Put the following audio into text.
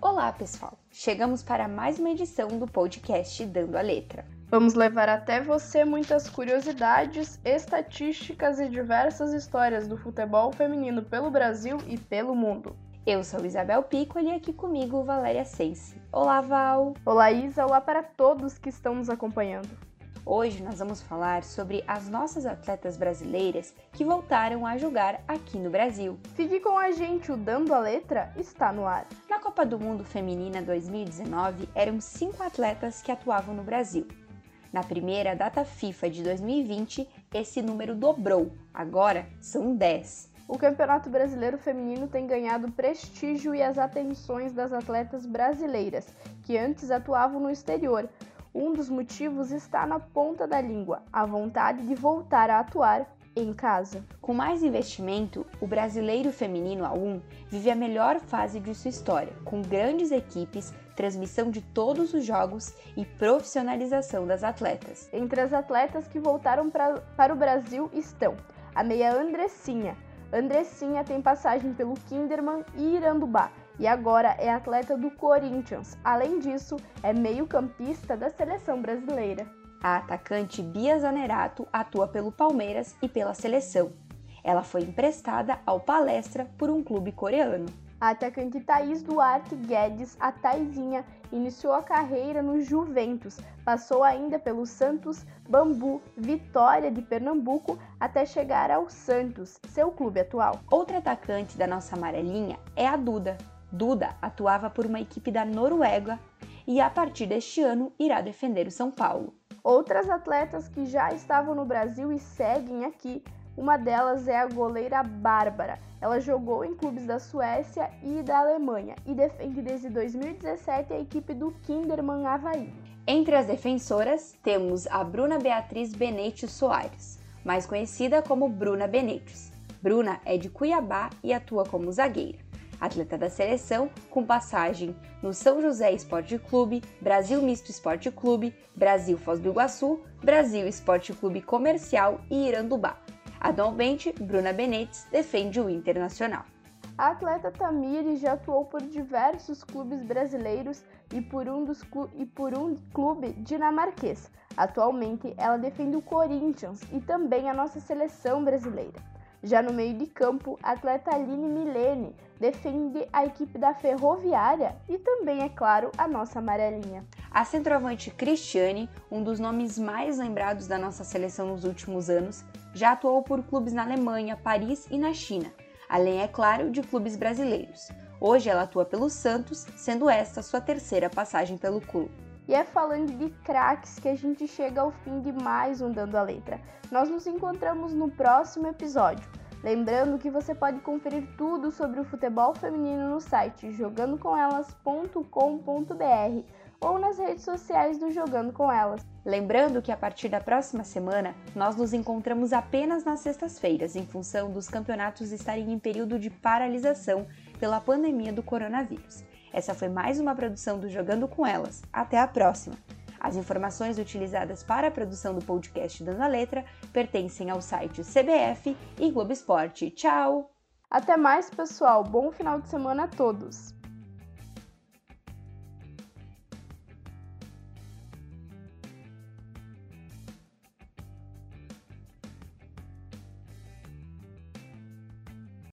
Olá, pessoal! Chegamos para mais uma edição do podcast Dando a Letra. Vamos levar até você muitas curiosidades, estatísticas e diversas histórias do futebol feminino pelo Brasil e pelo mundo. Eu sou Isabel Piccoli e aqui comigo Valéria Sense. Olá, Val! Olá, Isa! Olá para todos que estão nos acompanhando. Hoje nós vamos falar sobre as nossas atletas brasileiras que voltaram a jogar aqui no Brasil. Fique com a gente, o Dando a Letra está no ar. Na Copa do Mundo Feminina 2019, eram 5 atletas que atuavam no Brasil. Na primeira data FIFA de 2020, esse número dobrou, agora são 10. O Campeonato Brasileiro Feminino tem ganhado prestígio e as atenções das atletas brasileiras, que antes atuavam no exterior. Um dos motivos está na ponta da língua, a vontade de voltar a atuar em casa. Com mais investimento, o Brasileiro Feminino A1 vive a melhor fase de sua história, com grandes equipes, transmissão de todos os jogos e profissionalização das atletas. Entre as atletas que voltaram para o Brasil estão a meia Andressinha. Andressinha tem passagem pelo Kinderman e Iranduba e agora é atleta do Corinthians. Além disso, é meio-campista da seleção brasileira. A atacante Bia Zanerato atua pelo Palmeiras e pela seleção. Ela foi emprestada ao Palestra por um clube coreano. A atacante Thaís Duarte Guedes, a Thaisinha, iniciou a carreira no Juventus, passou ainda pelo Santos, Bangu, Vitória de Pernambuco, até chegar ao Santos, seu clube atual. Outra atacante da nossa amarelinha é a Duda. Duda atuava por uma equipe da Noruega e a partir deste ano irá defender o São Paulo. Outras atletas que já estavam no Brasil e seguem aqui, uma delas é a goleira Bárbara. Ela jogou em clubes da Suécia e da Alemanha e defende desde 2017 a equipe do Kinderman Avaí. Entre as defensoras, temos a Bruna Beatriz Benetes Soares, mais conhecida como Bruna Benetes. Bruna é de Cuiabá e atua como zagueira. Atleta da seleção, com passagem no São José Esporte Clube, Brasil Misto Esporte Clube, Brasil Foz do Iguaçu, Brasil Esporte Clube Comercial e Iranduba. Atualmente, Bruna Benetes defende o Internacional. A atleta Tamires já atuou por diversos clubes brasileiros e por um clube dinamarquês. Atualmente, ela defende o Corinthians e também a nossa seleção brasileira. Já no meio de campo, a atleta Aline Milene defende a equipe da Ferroviária e também, é claro, a nossa amarelinha. A centroavante Cristiane, um dos nomes mais lembrados da nossa seleção nos últimos anos, já atuou por clubes na Alemanha, Paris e na China, além, é claro, de clubes brasileiros. Hoje ela atua pelo Santos, sendo esta sua terceira passagem pelo clube. E é falando de craques que a gente chega ao fim de mais um Dando a Letra. Nós nos encontramos no próximo episódio. Lembrando que você pode conferir tudo sobre o futebol feminino no site jogandocomelas.com.br ou nas redes sociais do Jogando Com Elas. Lembrando que a partir da próxima semana, nós nos encontramos apenas nas sextas-feiras, em função dos campeonatos estarem em período de paralisação pela pandemia do coronavírus. Essa foi mais uma produção do Jogando Com Elas. Até a próxima! As informações utilizadas para a produção do podcast Dando a Letra pertencem ao site CBF e Globo Esporte. Tchau! Até mais, pessoal! Bom final de semana a todos!